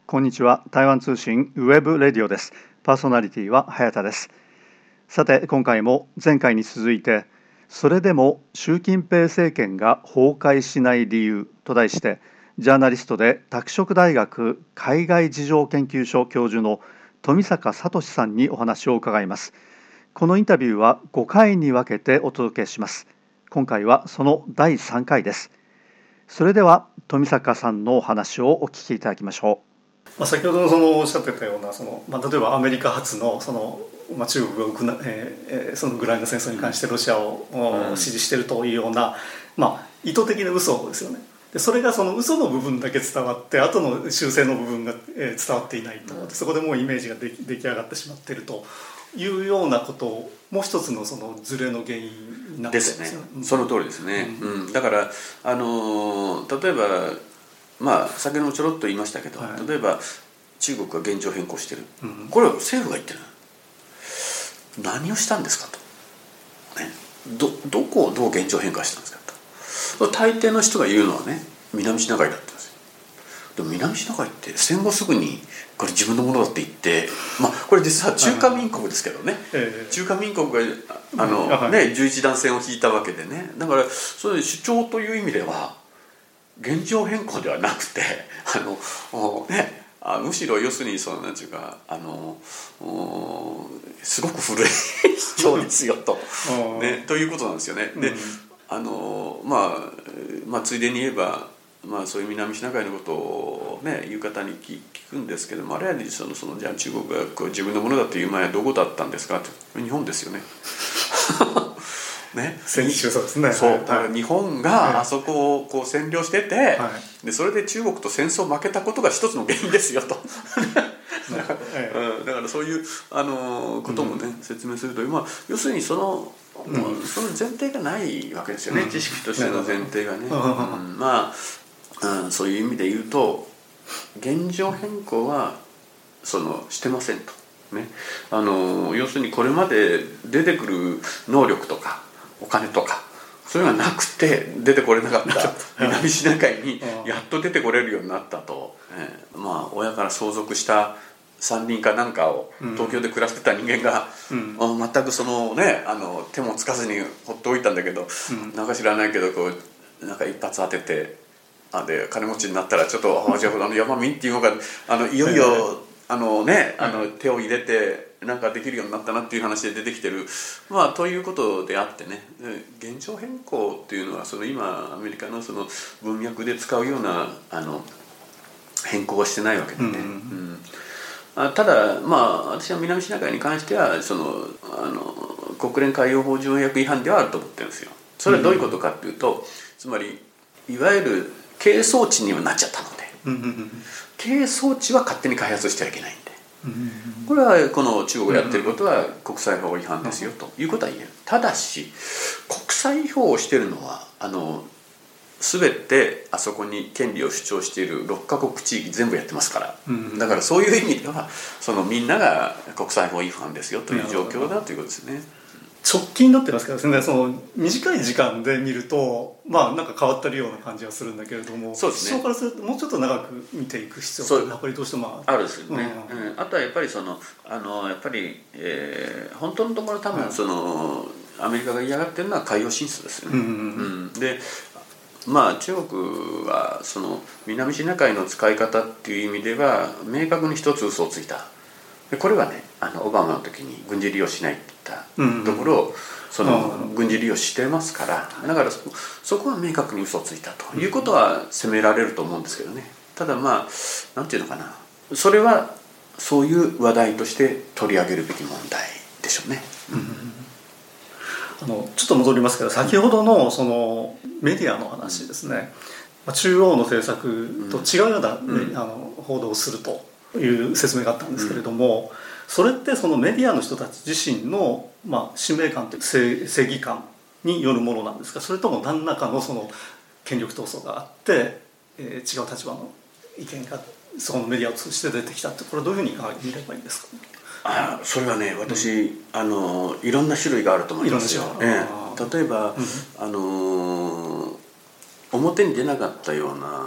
こんにちは。台湾通信ウェブレディオです。パーソナリティは早田です。さて、今回も前回に続いて、それでも習近平政権が崩壊しない理由と題して、ジャーナリストで拓殖大学海外事情研究所教授の富坂聡さんにお話を伺います。このインタビューは5回に分けてお届けします。今回はその第3回です。それでは富坂さんのお話をお聞きいただきましょう。 先ほどのおっしゃってたような例えばアメリカ発の中国がそのウクライナ戦争に関してロシアを支持しているというような、意図的な嘘ですよね。でそれがその嘘の部分だけ伝わって後の修正の部分が伝わっていないと、そこでもうイメージが出来上がってしまっているというようなことをもう一つのそのズレの原因になってですね。その通りですね。だから例えば先ほどもちょろっと言いましたけど、例えば中国が現状変更してる、これは政府が言ってる。何をしたんですかと、ね、どこをどう現状変化したんですかと。大抵の人が言うのはね、南シナ海だったんですよ。でも南シナ海って戦後すぐにこれ自分のものだって言って、これ実は中華民国ですけどね、中華民国が11段線を引いたわけでね、だからそういう主張という意味では現状変更ではなくてむしろ要するになんていうかすごく古い主張ですよと、ということなんですよね。でついでに言えば、そういう南シナ海のことをね言う方に聞くんですけども、あれはじゃあ中国が自分のものだという前はどこだったんですかって、日本ですよね。 戦中そうですね。 そうだから日本があそこをこう占領してて、でそれで中国と戦争負けたことが一つの原因ですよと。だからそういうこともね、説明すると、要するにその前提がないわけですよね、知識としての前提がね。そういう意味で言うと現状変更はしてませんと。要するにこれまで出てくる能力とかお金とかそういうのがなくて出てこれなかった南シナ海にやっと出てこれるようになったと、親から相続した山林かなんかを東京で暮らしてた人間が、全く手もつかずにほっておいたんだけど、なんか知らないけどなんか一発当ててで金持ちになったらちょっとじゃあ山民っていうのがいよいよ手を入れてなんかできるようになったなっていう話で出てきてる、ということであってね、現状変更っていうのは今アメリカの文脈で使うような変更はしてないわけでね。ただ私は南シナ海に関しては国連海洋法条約違反ではあると思ってるんですよ。それはどういうことかっていうと、つまりいわゆる係争地にはなっちゃったので、係争地は勝手に開発してはいけないんで、これはこの中国がやってることは国際法違反ですよということは言える。ただし国際法をしてるのは全てあそこに権利を主張している6カ国地域全部やってますから、だからそういう意味ではみんなが国際法違反ですよという状況だということですね。 直近になってますけどね、短い時間で見るとなんか変わってるような感じはするんだけれども、 そうですね、 視聴からするともうちょっと長く見ていく必要がやっぱりどうしてもあるんですよね。あとはやっぱり本当のところ多分アメリカが嫌がってるのは海洋進出ですよね。で中国は南シナ海の使い方っていう意味では明確に一つ嘘をついた。でこれはねオバマの時に軍事利用しないって言ったところを軍事利用してますから、だからそこは明確に嘘をついたということは責められると思うんですけどね。ただなんていうのかな、それはそういう話題として取り上げるべき問題でしょうね。 ちょっと戻りますけど、先ほどのメディアの話ですね、中央の政策と違うような、報道をするという説明があったんですけれども、それってメディアの人たち自身の、使命感という正義感によるものなんですか、それとも何らかの権力闘争があって、違う立場の意見がそのメディアを通じて出てきたって、これはどういうふうに見ればいいんですかね。 それはね、私、いろんな種類があると思いますよ。例えば、表に出なかったような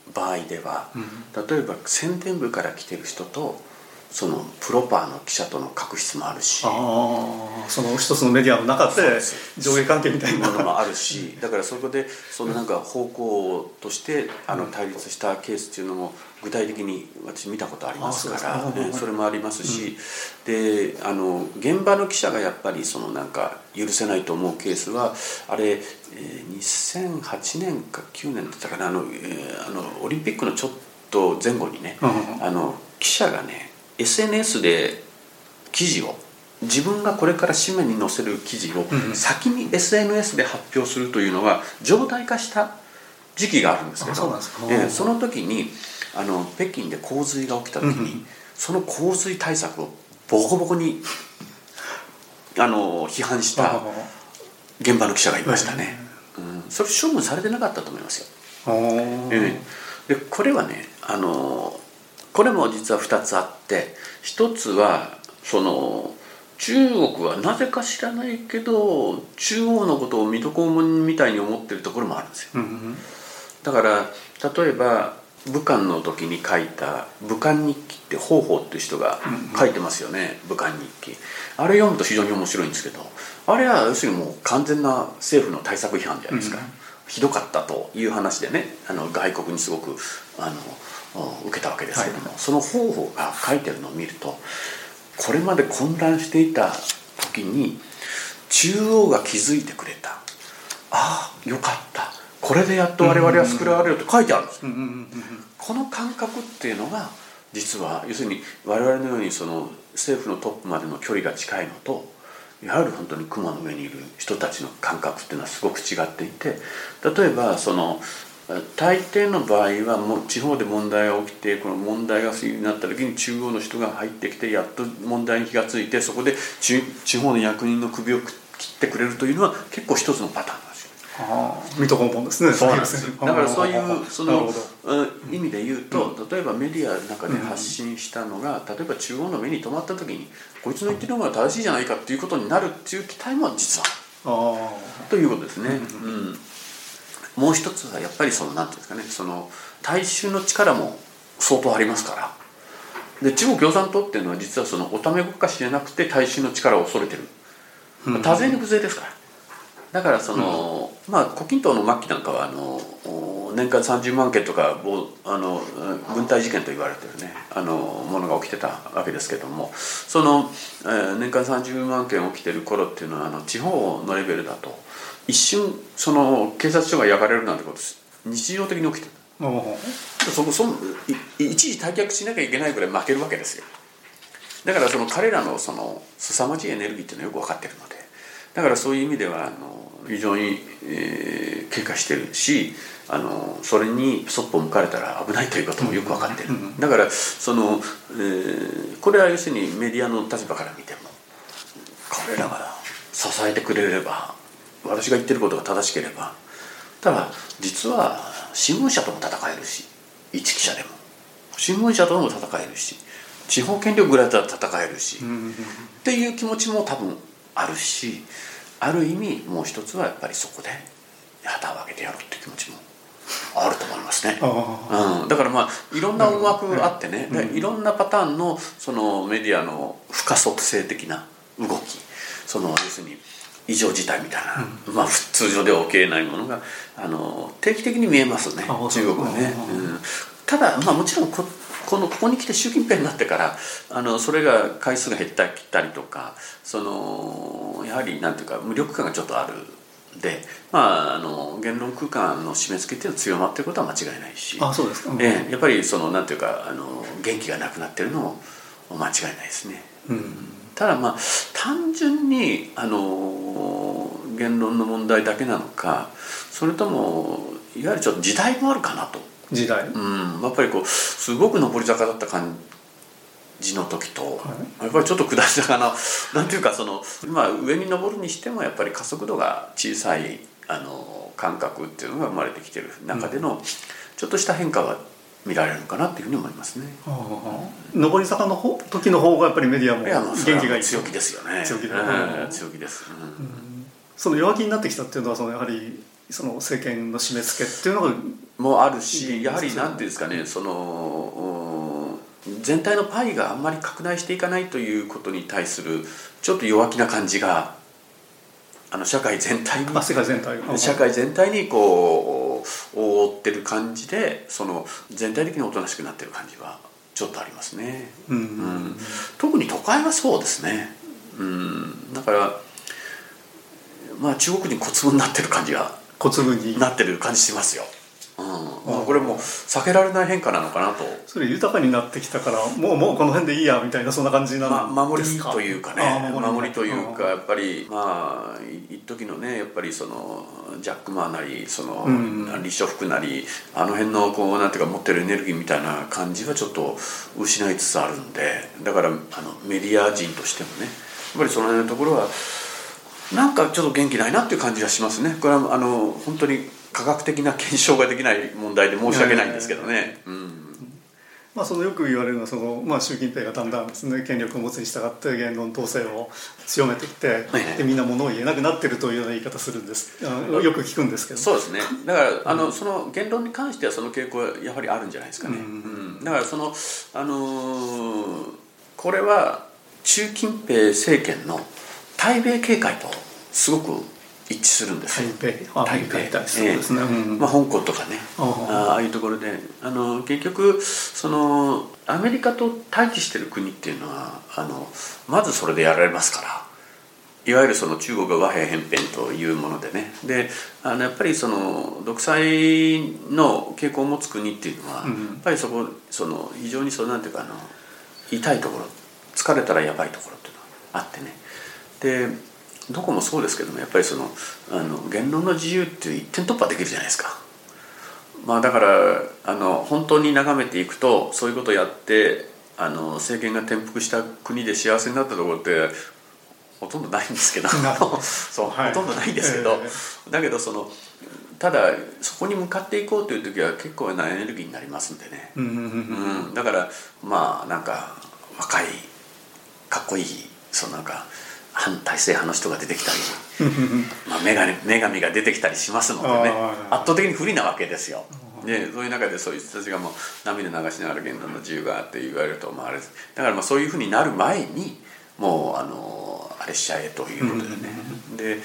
場合では、例えば宣伝部から来てる人とそのプロパーの記者との確執もあるし、 その一つのメディアの中で上下関係みたいなものもあるし、だからそこでそのなんか方向として対立したケースっていうのも具体的に私見たことありますから、それもありますし、で現場の記者がやっぱりそのなんか許せないと思うケースはあれ2008年か9年だったかな、オリンピックのちょっと前後にね、記者がねSNS で記事を自分がこれから紙面に載せる記事を先に SNS で発表するというのが常態化した時期があるんですけど、その時に北京で洪水が起きた時にその洪水対策をボコボコに批判した現場の記者がいましたね。それ処分されてなかったと思いますよ。でこれはねこれも実は2つあって、1つはその中国はなぜか知らないけど中央のことを水戸黄門みたいに思ってるところもあるんですよ。だから例えば武漢の時に書いた武漢日記って方法っていう人が書いてますよね、武漢日記。あれ読むと非常に面白いんですけど、あれは要するにもう完全な政府の対策違反じゃないですか。ひどかったという話でね外国にすごく受けたわけですけども、その方法が書いてるのを見ると、これまで混乱していた時に中央が気づいてくれた、ああよかった、これでやっと我々は救われると書いてあるんです。この感覚っていうのが実は要するに我々のようにその政府のトップまでの距離が近いのと、やはり本当に雲の上にいる人たちの感覚っていうのはすごく違っていて、例えばその大抵の場合はもう地方で問題が起きて、この問題が不思議になった時に中央の人が入ってきてやっと問題に気がついて、そこで地方の役人の首を切ってくれるというのは結構一つのパターンなんですよ。 水戸黄門ですね。 そうなんですよ。だからそういうその意味で言うと、例えばメディアの中で発信したのが、例えば中央の目に留まった時にこいつの言ってるのが正しいじゃないかっていうことになるっていう期待も実はということですね。もう一つはやっぱりそのなんていうんですかね、その大衆の力も相当ありますから。で中国共産党っていうのは実はそのおためごっかしじゃなくて大衆の力を恐れてる多勢に無勢ですから。だからその、胡錦涛の末期なんかは年間30万件とか軍隊事件と言われてるねものが起きてたわけですけども、その、年間30万件起きてる頃っていうのは地方のレベルだと一瞬その警察署が焼かれるなんてこと日常的に起きてる。一時退却しなきゃいけないぐらい負けるわけですよ。だからその彼らのその凄まじいエネルギーっていうのはよく分かってるので、だからそういう意味では非常に、警戒してるし、それにそっぽ向かれたら危ないということもよく分かってる。だからその、これは要するにメディアの立場から見ても彼らが支えてくれれば、私が言ってることが正しければ、ただ実は新聞社とも戦えるし、一記者でも新聞社とも戦えるし、地方権力ぐらいだったら戦えるし、っていう気持ちも多分あるし、ある意味もう一つはやっぱりそこで旗を上げてやろうっていう気持ちもあると思いますね。だからいろんな思惑があってね、いろんなパターンのそのメディアの不可測性的な動き、その要するに異常事態みたいな、通常では起きれないものが定期的に見えますね、中国はね。ただもちろんここに来て習近平になってからそれが回数が減ったりとか、やはりなんていうか無力感がちょっとあるで、言論空間の締め付けっていうのが強まっていることは間違いないし、 そうですか。 やっぱりなんていうか元気がなくなってるのも間違いないですね。ただ単純に言論の問題だけなのか、それともいわゆるちょっと時代もあるかなと。 時代、 やっぱりすごく上り坂だった感じの時と、やっぱりちょっと下り坂のなんていうか上に上るにしてもやっぱり加速度が小さい感覚っていうのが生まれてきてる中でのちょっとした変化は見られるのかなっていうふうに思いますね。 上り坂の時の方がやっぱりメディアも元気がいい。 強気ですよね。強気です。 その弱気になってきたっていうのはやはりその政権の締め付けっていうのがもあるし、やはり何ていうんですかね、その全体のパイがあんまり拡大していかないということに対するちょっと弱気な感じが社会全体にこう覆ってる感じで、その全体的におとなしくなってる感じはちょっとありますね。特に都会はそうですね。だからまあ中国人小粒になってる感じがなってる感じしますよ。これも避けられない変化なのかなと。 それ豊かになってきたからもうこの辺でいいやみたいな、そんな感じなんですか。 守りというかね、守りというか、やっぱりまあ一時のね、やっぱりそのジャック・マーなりその李承福なり、あの辺のこうなんていうか持ってるエネルギーみたいな感じはちょっと失いつつあるんで、だからメディア人としてもね、やっぱりその辺のところはなんかちょっと元気ないなっていう感じがしますね。これは本当に科学的な検証ができない問題で申し訳ないんですけどね。 そのよく言われるのは習近平がだんだんですね、権力を持つに従って言論統制を強めてきて、でみんな物を言えなくなってるというような言い方するんです。よく聞くんですけど。 そうですね。だからその言論に関してはその傾向はやはりあるんじゃないですかね。だからこれは習近平政権の対米警戒とすごく一致するんですよ。 台北、そうですね。 香港とかね、ああいうところで結局そのアメリカと対峙してる国っていうのはまずそれでやられますから、いわゆるその中国が和平偏偏というものでね、でやっぱりその独裁の傾向を持つ国っていうのは、やっぱりその非常になんていうか痛いところ、疲れたらやばいところっていうのがあってね。でどこもそうですけども、やっぱり言論の自由っていう一点突破できるじゃないですか。だから本当に眺めていくと、そういうことをやって政権が転覆した国で幸せになったところってほとんどないんですけどそう、ほとんどないんですけど、だけどただそこに向かっていこうという時は結構なエネルギーになりますんでね。だからなんか若いかっこいいなんか反体制派の人が出てきたり女神が出てきたりしますのでね、圧倒的に不利なわけですよ。でそういう中でそういう人たちがもう涙流しながら言論の自由がって言われるとあれだからそういうふうになる前にもうあれしちゃえということでね。で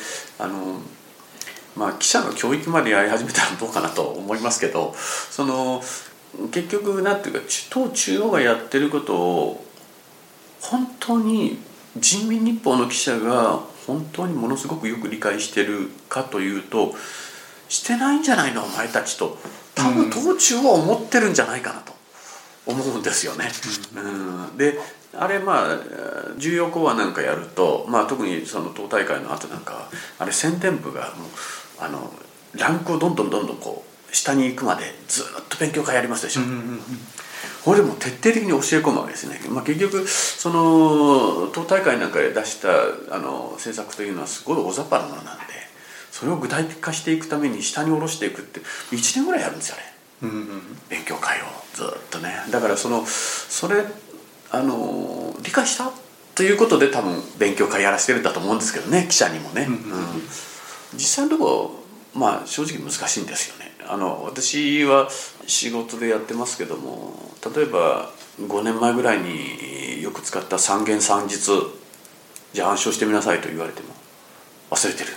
記者の教育までやり始めたらどうかなと思いますけど、結局なんていうか党中央がやってることを本当に人民日報の記者が本当にものすごくよく理解してるかというと、してないんじゃないのお前たちと多分党中央は思ってるんじゃないかなと思うんですよね。であれ重要講話なんかやると、特にその党大会の後なんかあれ宣伝部がもうランクをどんどんこう下に行くまでずっと勉強会やりますでしょ。これでも徹底的に教え込むわけですね。結局その党大会なんかで出した政策というのはすごい大雑把なものなんで、それを具体的化していくために下に下ろしていくって1年ぐらいやるんですよね。勉強会をずっとね。だからそれ理解したということで多分勉強会やらせてるんだと思うんですけどね、記者にもね。実際のところ正直難しいんですよね。私は仕事でやってますけども、例えば5年前ぐらいによく使った三言三実、じゃあ暗唱してみなさいと言われても忘れてる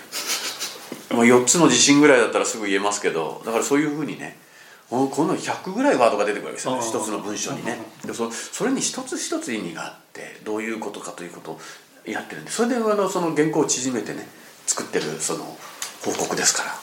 4つの地震ぐらいだったらすぐ言えますけど、だからそういうふうにね、この100ぐらいワードが出てくるわけですよね、一つの文章にね。でそれに一つ一つ意味があって、どういうことかということをやってるんで、それでその原稿を縮めてね作ってるその報告ですから。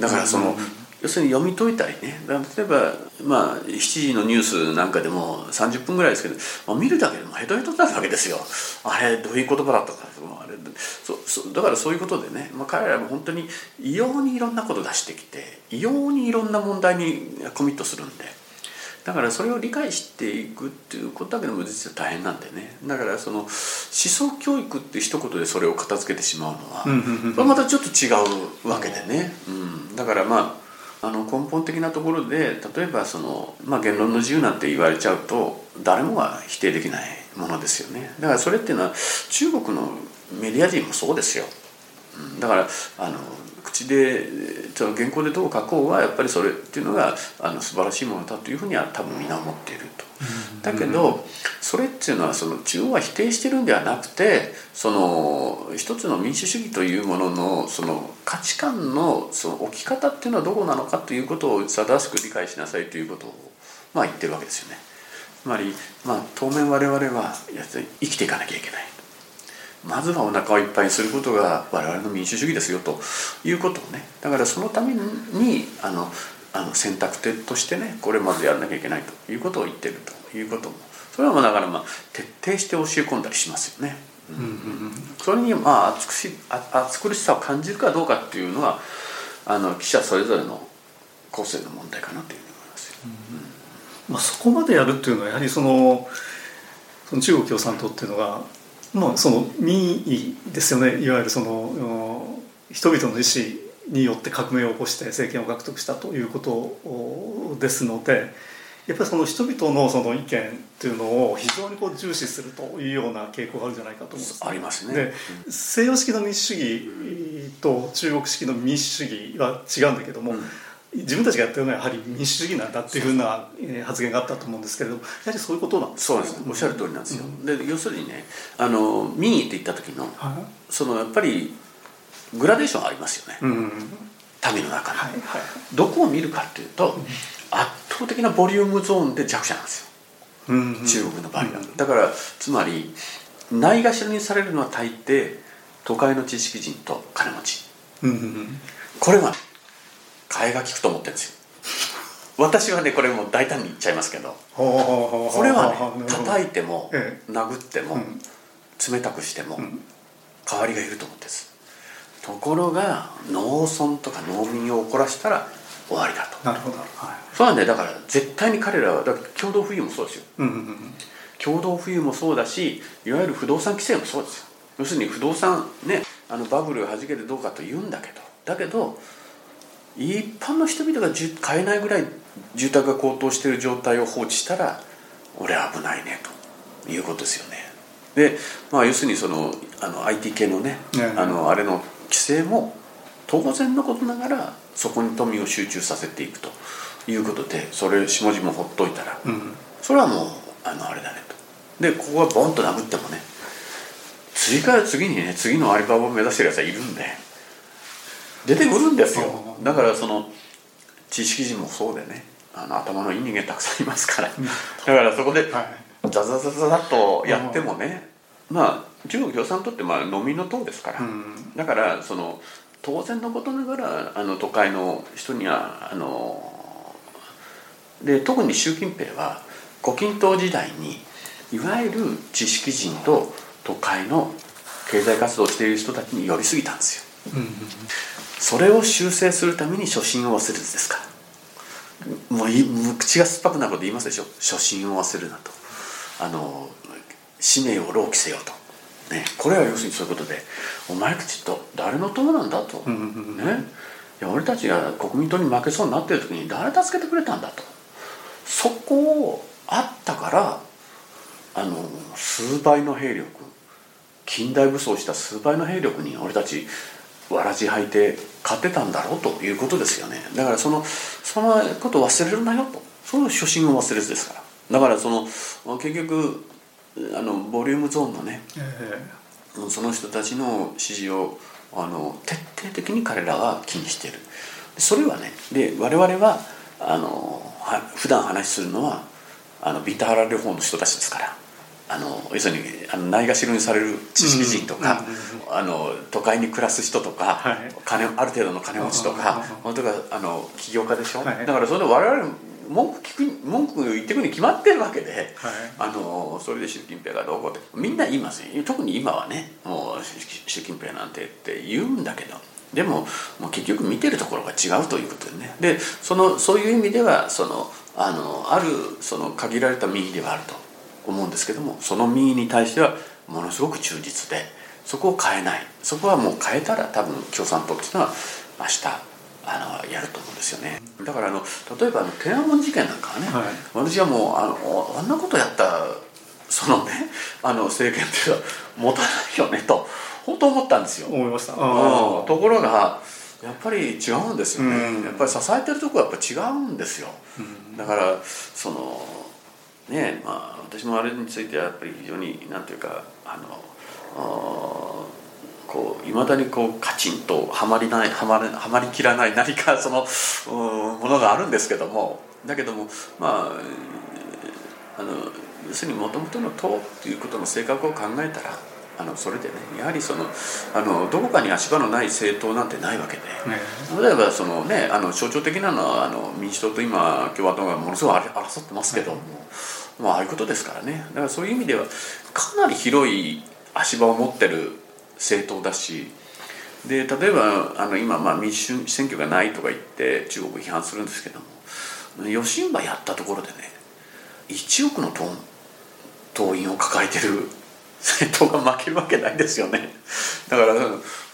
だから要するに読み解いたりね、例えば7時のニュースなんかでも30分ぐらいですけど、見るだけでもヘトヘトになるわけですよ。あれどういう言葉だったか、だからそういうことでね、彼らも本当に異様にいろんなことを出してきて、異様にいろんな問題にコミットするんで、だからそれを理解していくっていうことだけでも実は大変なんでね。だから思想教育って一言でそれを片付けてしまうのはこれまたちょっと違うわけでね。だから根本的なところで、例えば言論の自由なんて言われちゃうと誰もが否定できないものですよね。だからそれっていうのは中国のメディア人もそうですよ。だから口口で原稿でどう書こうはやっぱりそれっていうのが素晴らしいものだというふうには多分みんな思っていると。だけどそれっていうのはその中央は否定してるんではなくて、その一つの民主主義というもののその価値観のその置き方っていうのはどこなのかということを正しく理解しなさいということを言ってるわけですよね。つまり当面我々は生きていかなきゃいけない。まずはお腹をいっぱいにすることが我々の民主主義ですよということをね、だからそのために選択肢としてね、これまずやらなきゃいけないということを言ってるということも、それはだから徹底して教え込んだりしますよね。それに暑苦しさを感じるかどうかっていうのは記者それぞれの個性の問題かなというふうに思いますよ。 そこまでやるっていうのはやはりその中国共産党っていうのがその民意ですよね。いわゆるその人々の意思によって革命を起こして政権を獲得したということですので、やっぱりその人々のその意見っていうのを非常に重視するというような傾向があるんじゃないかと思うんです、 ありますね。 で、西洋式の民主主義と中国式の民主主義は違うんだけども、自分たちがやってるのはやはり民主主義なんだっていうふうな発言があったと思うんですけれども、やはりそういうことなんですか。 そうです、おっしゃる通りなんですよ。で要するにね、民意って言った時の、そのやっぱりグラデーションありますよね、民の中に、どこを見るかっていうと、圧倒的なボリュームゾーンで弱者なんですよ、中国の場合は。だからつまりないがしろにされるのは大抵都会の知識人と金持ち、これは替えが利くと思ってるんですよ。私はねこれもう大胆に言っちゃいますけど、これはね叩いても殴っても冷たくしても代わりがいると思ってるんです。ところが農村とか農民を怒らせたら終わりだと。 なるほど、 それはねだから絶対に彼らはだから共同富裕もそうですよ、共同富裕もそうだし、いわゆる不動産規制もそうですよ。要するに不動産ねバブルがはじけてどうかと言うんだけど、だけど一般の人々が買えないぐらい住宅が高騰している状態を放置したら俺は危ないねということですよね。で、要するにそのIT 系のね、あれの規制も当然のことながらそこに富を集中させていくということで、それ下地もほっといたら、それはもうあれだねと。でここがボンと殴ってもね、次から次にね次のアリババを目指してるやつはいるんで出てくるんですよ。だからその知識人もそうでね、頭のいい人間たくさんいますから、だからそこでザザザザザッとやってもね、中国共産党って農民の党ですから、だからその当然のことながら都会の人にはで特に習近平は胡錦涛時代にいわゆる知識人と都会の経済活動をしている人たちに寄りすぎたんですよ、それを修正するために初心を忘れずですから、もう口が酸っぱくなること言いますでしょ。初心を忘れるなと、使命を浪費せよと、ね、これは要するにそういうことで、お前たちと誰の党なんだと、ね、いや俺たちが国民党に負けそうになっている時に誰助けてくれたんだと、そこをあったから数倍の兵力、近代武装した数倍の兵力に俺たちわらじ履いて勝ってたんだろうということですよね。だからそのことを忘れるなよと、その初心を忘れずですから。だから結局ボリュームゾーンのね、その人たちの支持を徹底的に彼らは気にしている。それはね、で我々は普段話するのはビターラ療法の人たちですから、要するにないがしろにされる知識人とか、都会に暮らす人とか、ある程度の金持ちとか、起業家でしょ、だからそれで我々文句言ってくるに決まってるわけで、それで習近平がどうこうってみんな言いますよ。特に今はね、もう習近平なんてって言うんだけど、でも結局見てるところが違うということでね。でそういう意味ではある限られた民意ではあると思うんですけども、その民意に対してはものすごく忠実で、そこを変えない。そこはもう変えたら多分共産党っていうのは明日やると思うんですよね。だから例えば天安門事件なんかはね、私はもうあんなことやった政権っていうのは持たないよねと本当思ったんですよ。 思いました。 ところがやっぱり違うんですよね、やっぱり支えてるとこはやっぱ違うんですよ、だからそのね、私もあれについてはやっぱり非常になんていうかこう未だにこうカチンとはまりきらない何かそのものがあるんですけども、だけども要するにもともとの党っていうことの性格を考えたらそれでね、やはりそのどこかに足場のない政党なんてないわけで、例えばその、ね、象徴的なのは民主党と今共和党がものすごい争ってますけども、ああいうことですからね。だからそういう意味ではかなり広い足場を持ってる政党だし、で例えば今民主選挙がないとか言って中国を批判するんですけども、余震波やったところでね1億の党員を抱えてる政党が負けるわけないですよね。だから、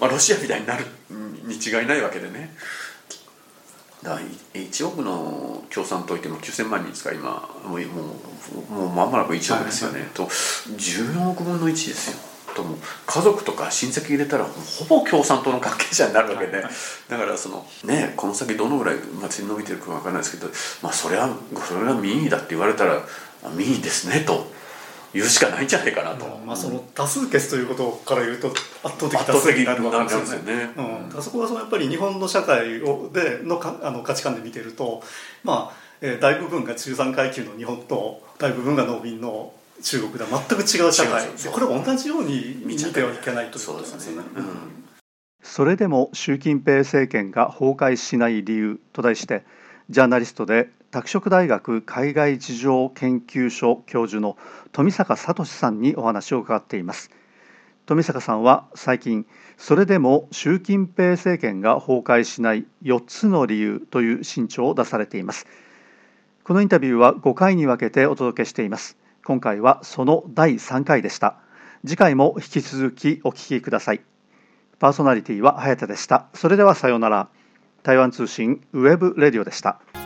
ロシアみたいになるに違いないわけでね。だから1億の共産党いても9000万人ですから今もう間もなく1億ですよね、と14億分の1ですよ。とも家族とか親戚入れたらほぼ共産党の関係者になるわけで、だからそのねこの先どのぐらい伸びてるか分からないですけど、それは民意だって言われたら民意ですねと言うしかないんじゃないかなと。 その多数決ということから言うと圧倒的多数決になるわけですよね。そこはやっぱり日本の社会での価値観で見てると、大部分が中産階級の日本と大部分が農民の中国では全く違う社会で、これは同じように見てはいけないということですよね。 それでも習近平政権が崩壊しない理由と題して、ジャーナリストで拓殖大学海外事情研究所教授の富坂聡さんにお話を伺っています。富坂さんは最近、それでも習近平政権が崩壊しない4つの理由という新潮を出されています。このインタビューは5回に分けてお届けしています。今回はその第3回でした。次回も引き続きお聞きください。パーソナリティは早田でした。それではさようなら。台湾通信ウェブレディオでした。